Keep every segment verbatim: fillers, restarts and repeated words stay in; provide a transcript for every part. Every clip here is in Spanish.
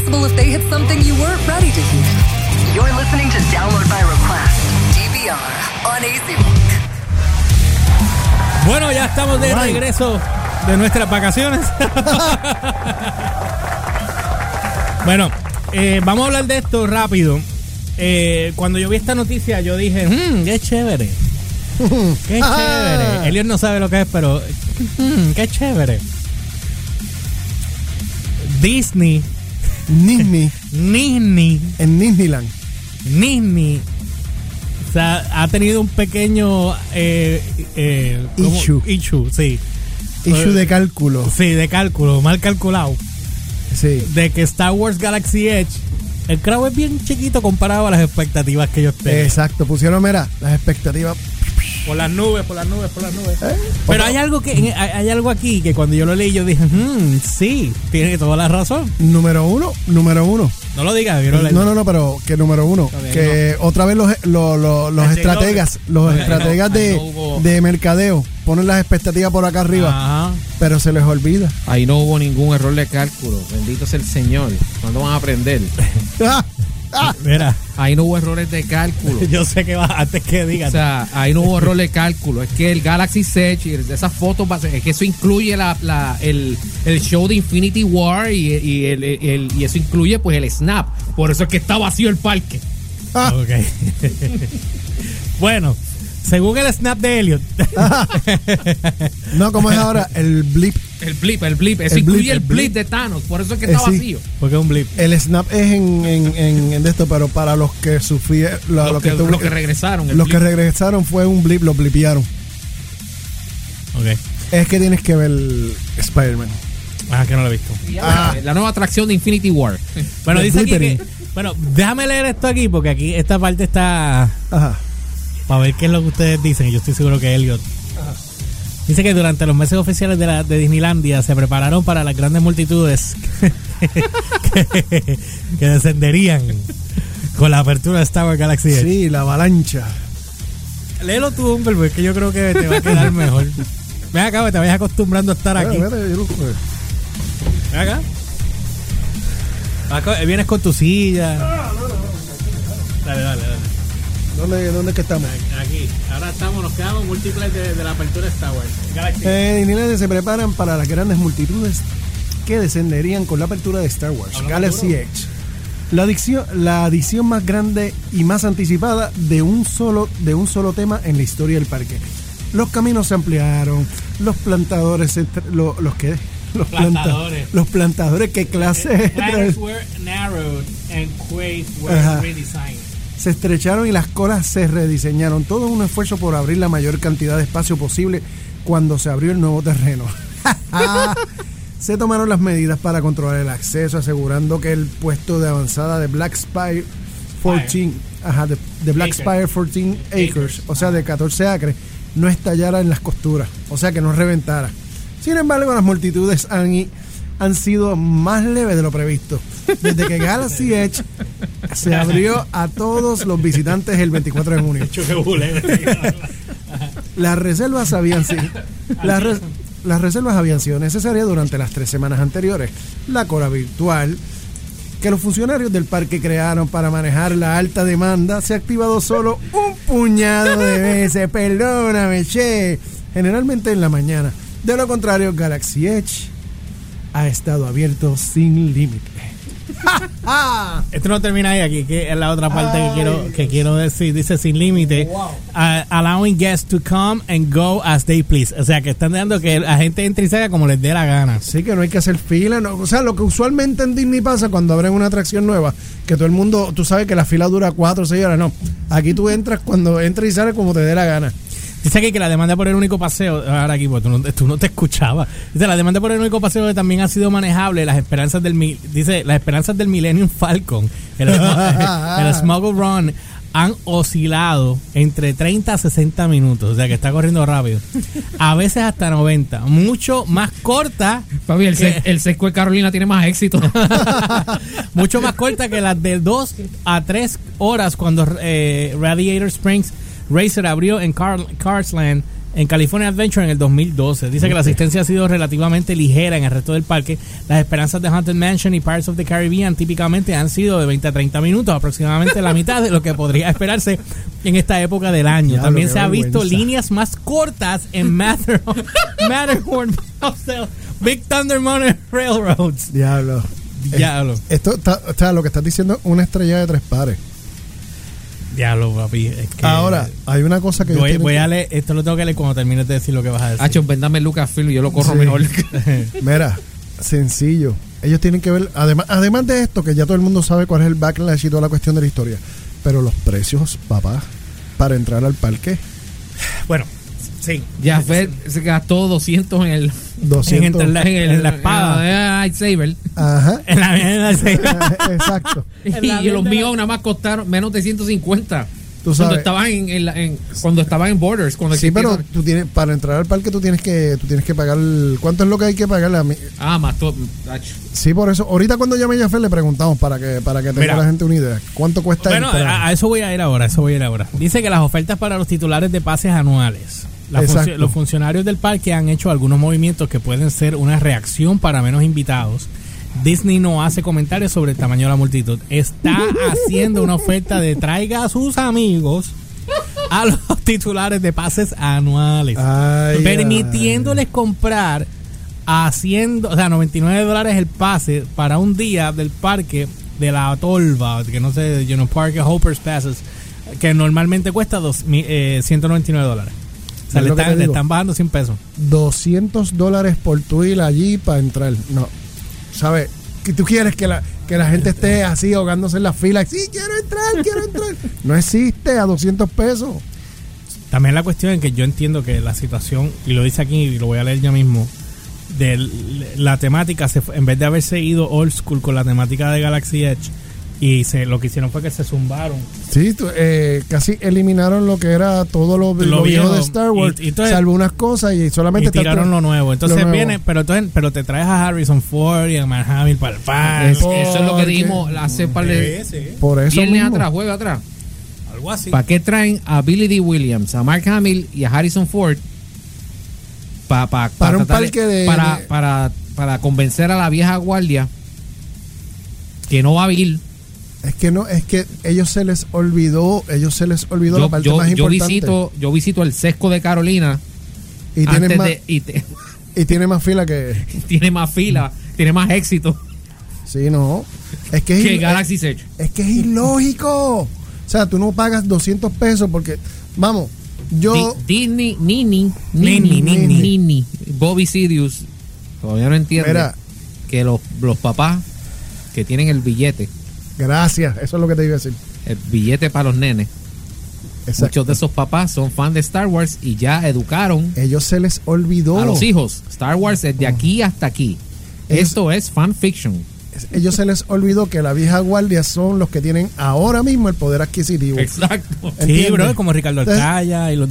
possible if they hit something you weren't ready to hear. You're listening to Download by Request, D V R, on AZBook. Bueno, ya estamos de Right. regreso de nuestras vacaciones. Bueno, eh, vamos a hablar de esto rápido. Eh, cuando yo vi esta noticia, yo dije, mmm, qué chévere. Qué chévere. Elliot no sabe lo que es, pero mmm, qué chévere. Disney, Disney, Disney, en Disneyland. Disney, o sea, ha tenido un pequeño eh, eh, ¿cómo? Issue. Issue, sí. Issue de cálculo. Sí, de cálculo, mal calculado. Sí. De que Star Wars Galaxy Edge, el crowd es bien chiquito comparado a las expectativas que ellos tenían. Exacto. Pusieron, mira, las expectativas. Por las nubes, por las nubes, por las nubes. ¿Eh? Pero Otro- hay algo que hay, hay algo aquí que cuando yo lo leí yo dije, hmm, sí, tiene toda la razón. Número uno, número uno. No lo digas, quiero No, leerlo. no, no, pero que número uno. Está bien, Que otra vez los, los, los, los El estrategas, los Ahí estrategas no- ahí de, no hubo- de mercadeo ponen las expectativas por acá arriba, Ajá. pero se les olvida. Ahí no hubo ningún error de cálculo. Bendito sea el Señor. ¿Cuándo van a aprender? Ah, ah. Mira, Ahí no hubo errores de cálculo. yo sé que va antes que digas. O sea, ahí no hubo error de cálculo. Es que el Galaxy Edge y esas fotos, va a ser- es que eso incluye la, la, el, el show de Infinity War y, y, el, el- y eso incluye pues el Snap. Por eso es que está vacío el parque. Ah. Ok. Bueno, según el snap de Elliot. No, como es ahora el blip. El blip, el blip. Eso El incluye blip, el el blip, blip. de Thanos. Por eso es que Eh, está sí. vacío. Porque es un blip. El snap es en, en, en, en de esto, pero para los que sufrieron, lo, Los lo que, que, tuvo- los que regresaron. el los que blip. regresaron fue un blip, lo blipearon. Ok. Es que tienes que ver Spider-Man. Ah, que no lo he visto. Ah. La nueva atracción de Infinity War. Bueno, El dice aquí blippering. que. Bueno, déjame leer esto aquí porque aquí esta parte está. Ajá. Para ver qué es lo que ustedes dicen. Y yo estoy seguro que Elliot. Dice que durante los meses oficiales de, la, de Disneylandia se prepararon para las grandes multitudes que, que descenderían con la apertura de Star Wars Galaxy Edge. Sí, la avalancha. Léelo tú, hombre, porque yo creo que te va a quedar mejor. Ven acá, te vayas acostumbrando a estar aquí. Espérate, yo no- Ven acá. Vas con- Vienes con tu silla. Dale, dale, dale. ¿Dónde, ¿Dónde es que estamos? Aquí. Ahora estamos, nos quedamos múltiples de, de la apertura de Star Wars Galaxy. En Disneyland se preparan para las grandes multitudes que descenderían con la apertura de Star Wars Hablamos Galaxy duro. Edge. La adición, la adición más grande y más anticipada de un solo de un solo tema en la historia del parque. Los caminos se ampliaron, los plantadores, se entre- lo- los que los planta- Plantadores. los plantadores, qué clase. Planets were narrowed and quays were Ajá. redesigned. Se estrecharon y las colas se rediseñaron. Todo un esfuerzo por abrir la mayor cantidad de espacio posible cuando se abrió el nuevo terreno. Se tomaron las medidas para controlar el acceso, asegurando que el puesto de avanzada de Black Spire catorce, ajá, de, de Black Acres. Spire catorce acres, Acres. o sea, de catorce acres, no estallara en las costuras, o sea, que no reventara. Sin embargo, las multitudes han, i- han sido más leves de lo previsto. Desde que Galaxy Edge se abrió a todos los visitantes el veinticuatro de junio. Las reservas habían sido las, re- las reservas habían sido necesarias durante las tres semanas anteriores. La cola virtual que los funcionarios del parque crearon para manejar la alta demanda se ha activado solo un puñado de veces. Perdóname, che. Generalmente en la mañana. De lo contrario, Galaxy Edge ha estado abierto sin límite. Esto no termina ahí, aquí que es la otra parte que quiero que quiero decir. Dice sin límite, Wow. uh, allowing guests to come and go as they please. O sea, que están dando que la gente entre y salga como les dé la gana. Sí, que no hay que hacer fila. No. O sea, lo que usualmente en Disney pasa cuando abren una atracción nueva, que todo el mundo, tú sabes que la fila dura cuatro o seis horas. No, aquí tú entras cuando entras y sales como te dé la gana. Dice aquí que la demanda por el único paseo, ahora aquí, pues tú no, tú no te escuchabas. Dice, la demanda por el único paseo también ha sido manejable. Las esperanzas del, mi- dice, las esperanzas del Millennium Falcon, el, sm- el Smuggle Run, han oscilado entre treinta a sesenta minutos. O sea, que está corriendo rápido. A veces hasta noventa. Mucho más corta. Papi, el, que- sec- el seco de Carolina tiene más éxito. mucho más corta que las de dos a tres horas cuando eh, Radiator Springs Racer abrió en Car- Carsland en California Adventure en el dos mil doce. Dice que la asistencia ha sido relativamente ligera en el resto del parque. Las esperanzas de Haunted Mansion y Pirates of the Caribbean típicamente han sido de veinte a treinta minutos, aproximadamente la mitad de lo que podría esperarse en esta época del año. Diablo, También qué se ha visto vergüenza. líneas más cortas en Matterhorn, Matterhorn Big Thunder Mountain Railroads. Diablo. Diablo. Esto está, o sea, lo que estás diciendo es una estrella de tres pares. Diablo, papi. Es que Ahora, hay una cosa que ellos voy, tienen voy que- a leer, esto lo tengo que leer cuando termines de decir lo que vas a decir. Hacho, vendame Lucasfilm y yo lo corro Sí. mejor. Mira, sencillo. Ellos tienen que ver, además, además de esto, que ya todo el mundo sabe cuál es el backlash y toda la cuestión de la historia, pero los precios, papá, para entrar al parque, Bueno, sí. Ya Fed se gastó doscientos en el doscientos. En la- en la espada. en el lightsaber. Ajá. En la, en la- Exacto. En la Y los mierda. míos nada más costaron menos de ciento cincuenta. Tú Cuando sabes. estaban en, en la- en- cuando estaban en Borders, cuando Sí, existía pero esa- tú tienes, para entrar al parque tú tienes que, tú tienes que pagar, ¿cuánto es lo que hay que pagar? A mí? Ah, más todo. Hacho. Sí, por eso. Ahorita cuando llame a Jafet le preguntamos para que, para que tenga Mira. la gente una idea. ¿Cuánto cuesta Bueno, entrar? a, a eso voy a ir ahora, a eso voy a ir ahora. Dice que las ofertas para los titulares de pases anuales. La Exacto. funci- los funcionarios del parque han hecho algunos movimientos que pueden ser una reacción para menos invitados. Disney no hace comentarios sobre el tamaño de la multitud. Está haciendo una oferta de traiga a sus amigos a los titulares de pases anuales, Ay, permitiéndoles comprar a cien, o sea, noventa y nueve dólares el pase para un día del parque de la Tolva, que no sé, you know, Parque Hoppers Passes, que normalmente cuesta dos, mi- eh, ciento noventa y nueve dólares. O sea, Es le lo que están, te le digo. están bajando cien pesos. doscientos dólares por tu ir allí para entrar. No. ¿Sabes? Que tú quieres que la, que la gente esté así ahogándose en la fila. Sí, quiero entrar, quiero entrar. No existe a doscientos pesos. También la cuestión es que yo entiendo que la situación, y lo dice aquí y lo voy a leer ya mismo, de l- la temática, se fue- en vez de haberse ido old school con la temática de Galaxy Edge, y se, lo que hicieron fue que se zumbaron. Sí, tú, eh, casi eliminaron lo que era todo lo, Lo lo viejo viejo. de Star Wars, Y- y entonces- salvo unas cosas y solamente Y tiraron lo nuevo. Entonces lo nuevo. viene, pero entonces, pero te traes a Harrison Ford y a Mark Hamill para el parque. Es- eso es lo que porque- dijimos hace par de Sí, sí, Por eso viernes mismo. atrás, jueves atrás. algo así. ¿Para qué traen a Billy D. Williams, a Mark Hamill y a Harrison Ford? Pa, pa- pa Para un tratar parque de- para, de- para, para convencer a la vieja guardia que no va a ir. Es que no, es que ellos se les olvidó, ellos se les olvidó la Yo, parte yo, más yo importante. visito, yo visito el sesco de Carolina y tiene antes más de, y te- y tiene más fila que tiene más fila, tiene más éxito sí, no. Es que es, que il- Galaxy Edge. es que es ilógico. O sea, tú no pagas doscientos pesos porque vamos, yo Di- Disney, Nini, Nini, Nini, Nini. Nini, Bobby Sirius, todavía no entiende Mira. que los, los papás que tienen el billete, gracias, eso es lo que te iba a decir. el billete para los nenes, Exacto. muchos de esos papás son fans de Star Wars y ya educaron Ellos se les olvidó. a los hijos. Star Wars es de aquí hasta aquí. Ellos- Esto es fan fiction. Ellos se les olvidó que la vieja guardia son los que tienen ahora mismo el poder adquisitivo. Exacto. Sí, ¿entiendes? bro, como Ricardo Arcaya y los...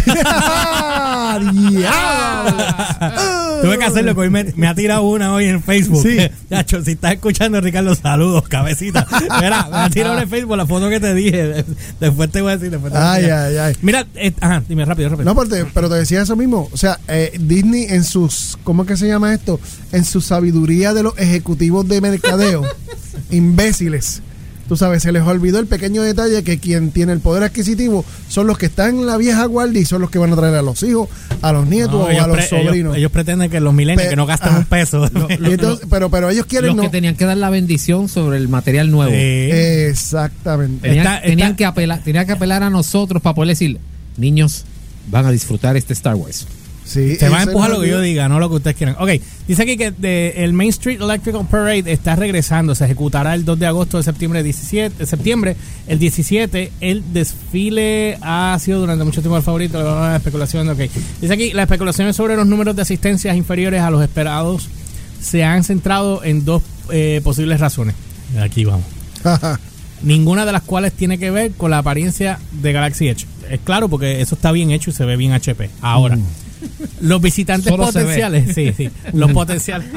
¡Diablo! Tuve que hacerlo, porque hoy me, me ha tirado una hoy en Facebook. Sí. Yacho, si estás escuchando, Ricardo, saludos, cabecita. Mira, me ha tirado en Facebook la foto que te dije. Después te voy a decir. Después te voy a Ay, decir. ay, ay. Mira, eh, ajá, dime rápido, rápido. No, pero te, pero te decía eso mismo. O sea, eh, Disney en sus, ¿cómo es que se llama esto? En su sabiduría de los ejecutivos de mercadeo, imbéciles. Tú sabes, se les olvidó el pequeño detalle que quien tiene el poder adquisitivo son los que están en la vieja guardia y son los que van a traer a los hijos, a los nietos No, o ellos a los pre- ellos- sobrinos. Ellos, pretenden que los millennials Pe- que no gastan ah, un peso. Y entonces- pero, pero ellos quieren Los no. que tenían que dar la bendición sobre el material nuevo. Sí. Exactamente. Tenían, Está- tenían está- que apelar, tenían que apelar a nosotros para poder decir, niños, van a disfrutar este Star Wars. Sí, Se va a ese empujar no lo que yo olvidó. diga, no lo que ustedes quieran. Ok, dice aquí que de- el Main Street Electrical Parade está regresando. Se ejecutará el dos de agosto de septiembre diecisiete. De septiembre, el diecisiete. El desfile ha sido durante mucho tiempo el favorito. La especulación, ok. Dice aquí, las especulaciones sobre los números de asistencias inferiores a los esperados se han centrado en dos eh, posibles razones. Aquí vamos. Ninguna de las cuales tiene que ver con la apariencia de Galaxy Edge. Es claro, porque eso está bien hecho y se ve bien H P. Ahora, los visitantes Solo se potenciales, sí, sí, los potenciales.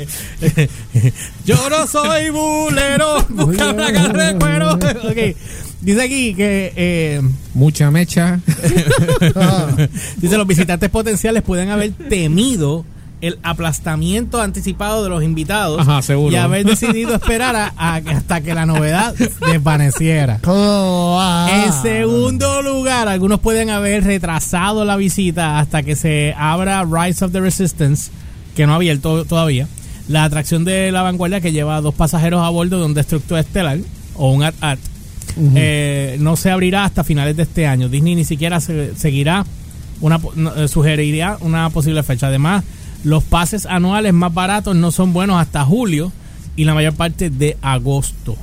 Yo no soy bulero, busca una carre de cuero. Ok. Dice aquí que eh, Mucha mecha. dice los visitantes potenciales pueden haber temido el aplastamiento anticipado de los invitados. Ajá, seguro. Y haber decidido esperar a, a- hasta que la novedad desvaneciera. Oh, ah. En segundo lugar, algunos pueden haber retrasado la visita hasta que se abra Rise of the Resistance, que no ha abierto todavía, la atracción de la vanguardia que lleva a dos pasajeros a bordo de un destructor estelar o un A T A T. Ujú. Eh, no se abrirá hasta finales de este año. Disney ni siquiera se- seguirá una po- no, eh, sugeriría una posible fecha. Además, los pases anuales más baratos no son buenos hasta julio y la mayor parte de agosto.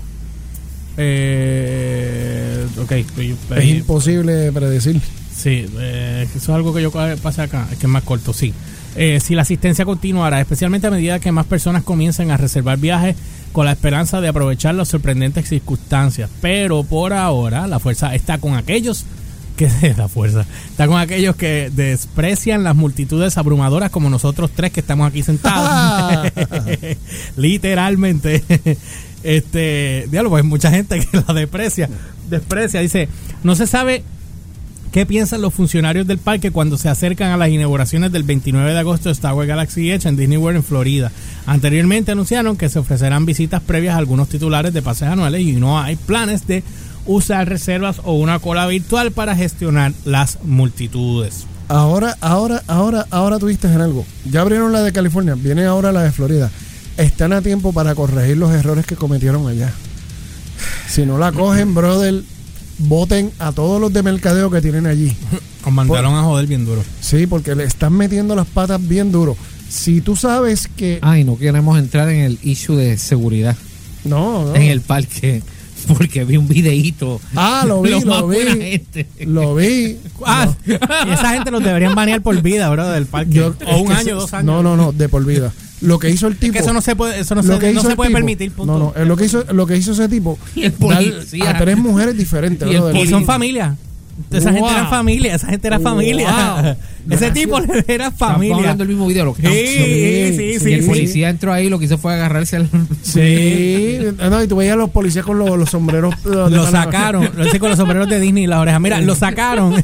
Eh, ok, pues, Es imposible predecir. sí, eh, eso es algo que yo pasé acá, es que es más corto, sí. Eh, si la asistencia continuará, especialmente a medida que más personas comiencen a reservar viajes con la esperanza de aprovechar las sorprendentes circunstancias. Pero por ahora, la fuerza está con aquellos que la fuerza está con aquellos que desprecian las multitudes abrumadoras como nosotros tres que estamos aquí sentados. Literalmente. Este, diablo, pues mucha gente que la desprecia, desprecia, dice, no se sabe qué piensan los funcionarios del parque cuando se acercan a las inauguraciones del veintinueve de agosto de Star Wars Galaxy Edge en Disney World en Florida. Anteriormente anunciaron que se ofrecerán visitas previas a algunos titulares de pases anuales y no hay planes de usar reservas o una cola virtual para gestionar las multitudes. Ahora, ahora, ahora, ahora tuviste en algo. Ya abrieron la de California, viene ahora la de Florida. Están a tiempo para corregir los errores que cometieron allá. Si no la cogen, brother, voten a todos los de mercadeo que tienen allí. Nos mandaron a joder bien duro. Sí, porque le están metiendo las patas bien duro. Si tú sabes que... Ay, no queremos entrar en el issue de seguridad No, no. en el parque. Porque vi un videíto. Ah, lo vi, Los lo más buena vi. gente. Lo vi. Ah, y esa gente los deberían banear por vida, bro, del parque. Yo- o es un que año, se- dos años. No, no, no, de por vida. Lo que hizo el Es tipo... que eso no se puede, eso no lo se, que no hizo se el puede tipo- permitir, punto. No, no, eh, lo que hizo, lo que hizo ese tipo, Y el dar policía. a tres mujeres diferentes. Y el brother. Y son familia. Esa Wow. gente era familia, esa gente era Wow. familia. Ese Gracias. tipo era Estamos familia. hablando del mismo video. Lo que Sí, estamos- sí, sí, y el sí. policía entró ahí, lo que hizo fue agarrarse al. Sí, no, y tú veías a los policías con los, los sombreros. eh, de Lo Panamá. sacaron, lo hice con los sombreros de Disney y las orejas. Mira, lo sacaron.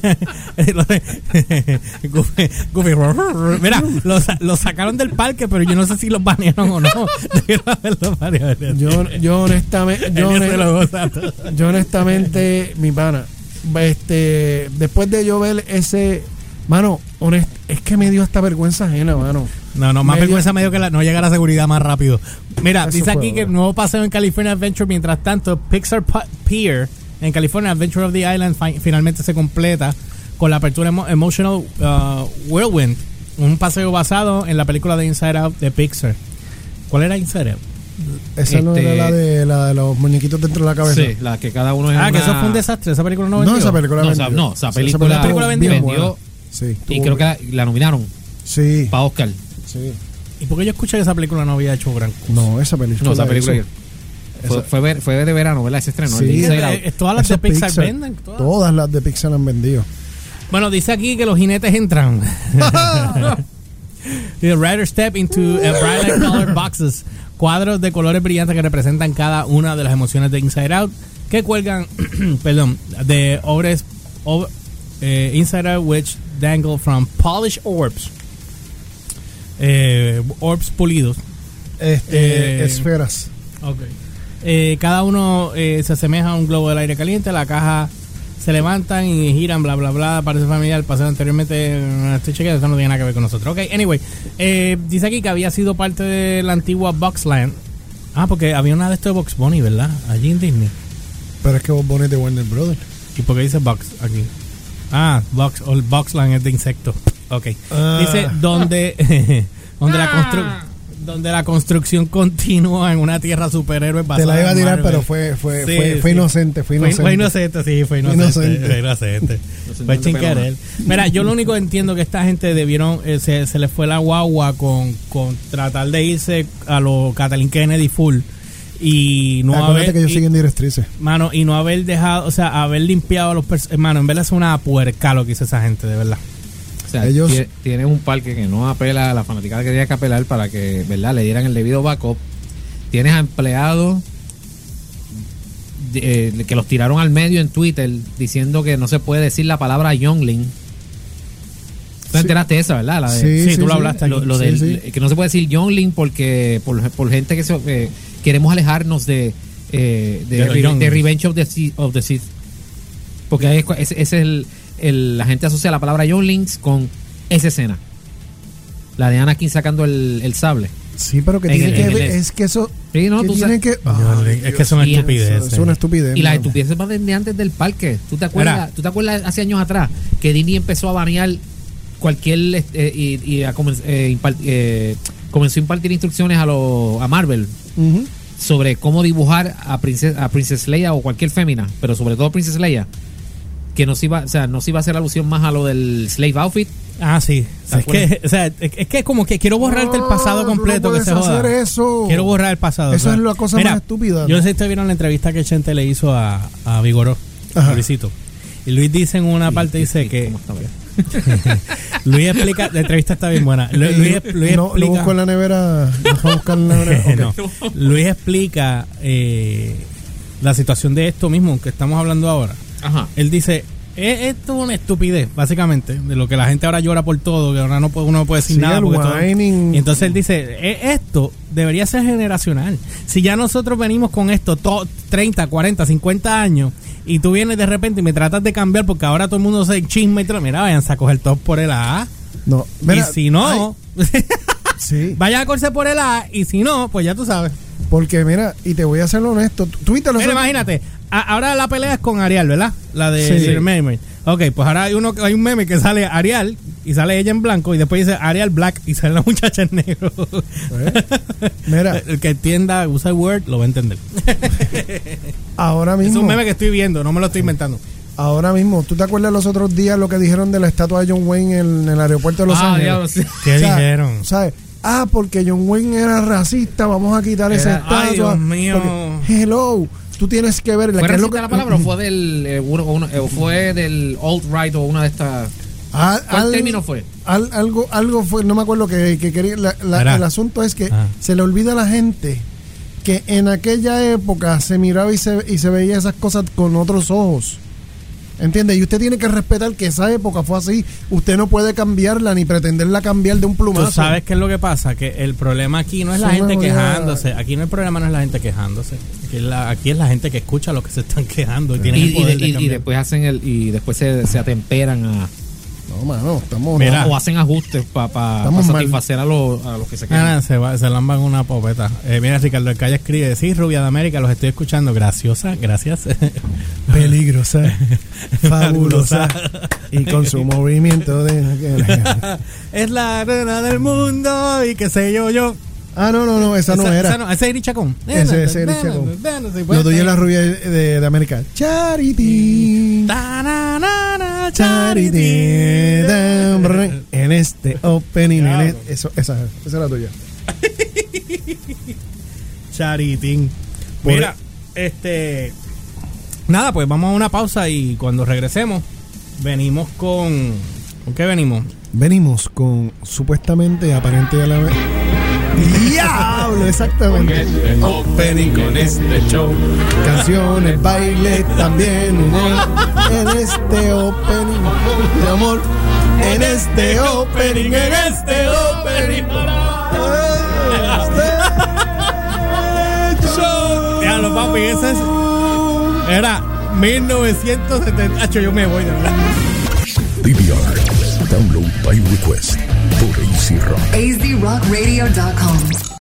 Goofy, Goofy, mira, lo, sa- lo sacaron del parque, pero yo no sé si los banearon o no. Debieron haberlo baneado. Yo, yo honestamente, yo, Ellos se lo honest- gozan todo. yo honestamente, mi pana, este, después de yo ver ese, mano, honest, es que me dio hasta vergüenza ajena, mano. No, no, más Medio- vergüenza medio que la, no llega a la seguridad más rápido. Mira, Eso dice fue, aquí que el bueno. nuevo paseo en California Adventure, mientras tanto, Pixar Pu- Pier en California Adventure of the Island fi- finalmente se completa con la apertura emo- Emotional uh, Whirlwind, un paseo basado en la película de Inside Out de Pixar. ¿Cuál era Inside Out? Esa no Este- era la de, la de los muñequitos dentro de la cabeza. Sí, la que cada uno es Ah, que una- eso fue un desastre, esa película no No, vendió. esa película No, vendió. esa- no, esa Esa película- estuvo película vendió. bien vendió. buena. Sí, Y estuvo creo que bien. la, la nominaron Sí, para Oscar. sí. ¿Y por qué yo escuché que esa película no había hecho gran cosa? No, esa película. No, esa película hizo- fue, Esa- fue, ver- fue de verano, ¿verdad? Ese estreno. Sí. el de Inside Eh, Out. eh, todas las Eso de Pixar, Pixar. venden. Todas. Todas las de Pixar han vendido. Bueno, dice aquí que los jinetes entran. The rider step into a bright light colored boxes. Cuadros de colores brillantes que representan cada una de las emociones de Inside Out. Que cuelgan, perdón, de obras ob- eh, Inside Out which dangle from polished orbs. Eh, orbs pulidos. Este, Eh, esferas. Eh, cada uno eh, se asemeja a un globo del aire caliente. La caja se levantan y giran, bla, bla, bla. Parece familiar. Pasó anteriormente. eh, Estoy chequeando, eso no tiene nada que ver con nosotros. Ok, anyway. Eh, dice aquí que había sido parte de la antigua Boxland. Ah, porque había una de estos de Box Bunny, ¿verdad? Allí en Disney. Pero es que vos pones de Warner Brothers. ¿Y por qué dice Box aquí? Ah, Box, o el Boxland es de insectos. Ok. Ah. Dice donde, donde la constru- donde la construcción continúa en una tierra superhéroe Te basada la iba a en tirar, Marvel. pero fue, fue, Sí, fue, fue sí. inocente, fue Fue, inocente. fue inocente, sí, fue inocente. Inocente. Fue inocente. Fue sin pelona. querer. Mira, yo lo único que entiendo que esta gente debieron, eh, se, se les fue la guagua con, con tratar de irse a lo Kathleen Kennedy full y no Acuérdate haber que ellos y- siguen directrices. mano, y no haber dejado, o sea, haber limpiado a los pers- hermano, en verdad es una puerca lo que hizo esa gente, de verdad. O sea, Ellos- tie- tienes un parque que no apela a la fanaticada que tenía que apelar para que, ¿verdad?, le dieran el debido backup. Tienes a empleados eh, que los tiraron al medio en Twitter diciendo que no se puede decir la palabra youngling. Tú te enteraste de esa, ¿verdad? La de, Sí, Sí, tú sí, lo sí. hablaste aquí. lo, lo Sí, del- sí. que no se puede decir youngling porque por, por gente que se, eh, queremos alejarnos de eh, de, De los Re- younglings. de Revenge of the Sith, of the Sith. Porque ahí es cu- ese, ese es el, el la gente asocia la palabra younglings con esa escena, la de Anakin sacando el, el sable. Sí, pero que En tiene el- que en ver, el- es que eso. Sí, no, que tú tiene sabes- que. Yo le- Ay, es que son Y- estupideces. eso es una estupidez. Y las mano. estupideces van desde antes del parque. ¿Tú te acuerdas? Mira. ¿Tú te acuerdas hace años atrás que Disney empezó a banear cualquier eh, y, y a comen- eh, impar- eh, comenzó a impartir instrucciones a los a Marvel Ujú. sobre cómo dibujar a Princess, a Princess Leia o cualquier fémina, pero sobre todo Princess Leia, que no se iba, o sea, no se iba a hacer alusión más a lo del slave outfit. Ah, sí. ¿Te Es que, o sea, es es que como que quiero borrarte el pasado No, tú no completo, que puedes se joda. hacer eso. Quiero borrar el pasado. Eso o sea. es la cosa Mira, más estúpida, Yo ¿no? no sé si ustedes vieron la entrevista que Chente le hizo a, a Vigoró, Ajá. a Luisito. Y Luis dice en una parte, dice que ¿Cómo está, verdad? Luis explica, la entrevista está bien buena. Lu- Luis, Luis no, lo busco en explica, la nevera. Lo voy a buscar en la nevera. Ok. no, Luis explica eh, la situación de esto mismo que estamos hablando ahora. Ajá. Él dice, "Es- esto es una estupidez, básicamente, de lo que la gente ahora llora por todo, que ahora no puede, uno no puede decir Sí, nada. el porque todo- whining. Y entonces él dice, "E- esto debería ser generacional. Si ya nosotros venimos con esto to- treinta, cuarenta, cincuenta años, y tú vienes de repente y me tratas de cambiar porque ahora todo el mundo se chisma y todo, mira, vayan a coger top por el A. No, mira, y si no, sí, vayan a cogerse por el A, y si no, pues ya tú sabes. porque mira, y te voy a ser honesto. Tú viste los Mira, imagínate, a- ahora la pelea es con Ariel, ¿verdad? La de Sí. Little Mermaid. Ok, pues ahora hay uno hay un meme que sale Ariel y sale ella en blanco y después dice Ariel Black y sale la muchacha en negro. Eh, Mira. El que entienda, usa el Word, lo va a entender. ahora Es mismo. un meme que estoy viendo, no me lo estoy inventando. Ahora mismo, ¿tú te acuerdas los otros días lo que dijeron de la estatua de John Wayne en, en el aeropuerto de Los Ah, Ángeles? diablo, sí. ¿Qué O sea, dijeron? ¿sabes? Ah, porque John Wayne era racista, vamos a quitar esa Era- estatua. ay, Dios mío. Porque, hello, tú tienes que ver. ¿Fue ¿qué es lo racista que- la palabra o fue del eh, uno- uno- eh, o fue del alt-right o una de estas? Al- ¿Cuál al- término fue? al- algo, algo fue, no me acuerdo que, que quería. la- la- Verá. el asunto es que Ah. se le olvida a la gente que en aquella época se miraba y se, y se veía esas cosas con otros ojos. ¿Entiendes? Y usted tiene que respetar que esa época fue así. Usted no puede cambiarla ni pretenderla cambiar de un plumazo. Tú sabes qué es lo que pasa, que el problema aquí no es la Son gente una quejándose, aquí no el problema no es la gente quejándose, aquí es la, aquí es la gente que escucha a los que se están quejando y Y, tienen el y poder de- de y- y cambiar. después hacen el y después se, se atemperan a No, mano, estamos. Mira. o hacen ajustes para Estamos mal. satisfacer a los a los que se Ah, quejan. se, va, se lamban una popeta. Eh, mira, Ricardo El Calle escribe, sí, Rubia de América, los estoy escuchando. Graciosa, gracias. Peligrosa, fabulosa y con su movimiento de. Es la reina del mundo y qué sé yo, yo. Ah, no, no, no, esa no Esa- era. esa no, ese es Iri Chacón. Ese- ese es Iri Chacón. Lo tuyo es la rubia de, de América. Charity. Ta-na-na-na, Charity. charity. dam, En este opening. en e- eso, esa, esa es la tuya. Charitín. Por- Mira, este. Nada, pues vamos a una pausa y cuando regresemos, venimos con. ¿Con qué venimos? Venimos con supuestamente aparente a la vez. ¡Diablo! Exactamente. Opening con este show. Canciones, baile también. En este opening de amor. En este opening, en este opening. Ya lo papi, ese es. Era mil novecientos setenta. Acho, yo me voy, de verdad. D V R. Download by request por A Z Rock. A Z rock radio dot com.